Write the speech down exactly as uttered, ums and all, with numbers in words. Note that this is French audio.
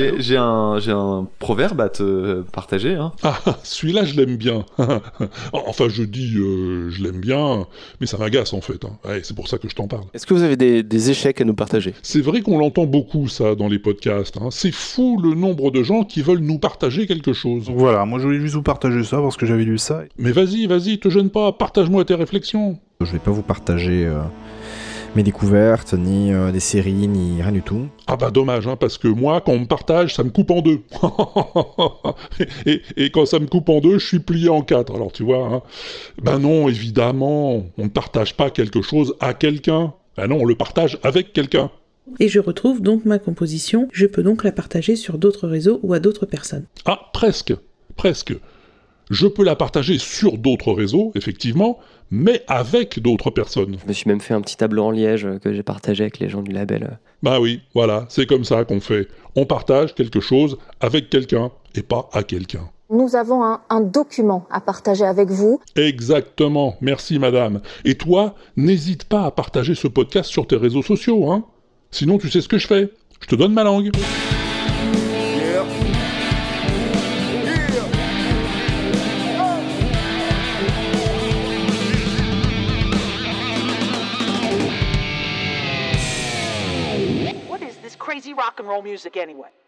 j'ai, j'ai, un, j'ai un proverbe à te partager. Hein. Ah, celui-là, je l'aime bien. Enfin, je dis euh, je l'aime bien, mais ça m'agace en fait. Hein. Ouais, c'est pour ça que je t'en parle. Est-ce que vous avez des, des échecs à nous partager ? C'est vrai qu'on l'entend beaucoup, ça, dans les podcasts. Hein. C'est fou le nombre de gens qui veulent nous partager quelque chose. Donc voilà, moi je voulais juste vous partager ça parce que j'avais lu ça. Mais vas-y, vas-y, te gêne pas, partage-moi tes réflexions. Je vais pas vous partager euh, mes découvertes, ni euh, des séries, ni rien du tout. Ah bah dommage, hein, parce que moi, quand on me partage, ça me coupe en deux. et, et, et quand ça me coupe en deux, je suis plié en quatre, alors tu vois. Hein. Ben non, évidemment, on ne partage pas quelque chose à quelqu'un. Ben non, on le partage avec quelqu'un. Et je retrouve donc ma composition, je peux donc la partager sur d'autres réseaux ou à d'autres personnes. Ah, presque, presque. Je peux la partager sur d'autres réseaux, effectivement, mais avec d'autres personnes. Je me suis même fait un petit tableau en liège que j'ai partagé avec les gens du label. Bah oui, voilà, c'est comme ça qu'on fait. On partage quelque chose avec quelqu'un, et pas à quelqu'un. Nous avons un, un document à partager avec vous. Exactement, merci madame. Et toi, n'hésite pas à partager ce podcast sur tes réseaux sociaux, hein. Sinon, tu sais ce que je fais. Je te donne ma langue. Yeah. Yeah. What is this crazy rock and roll music anyway?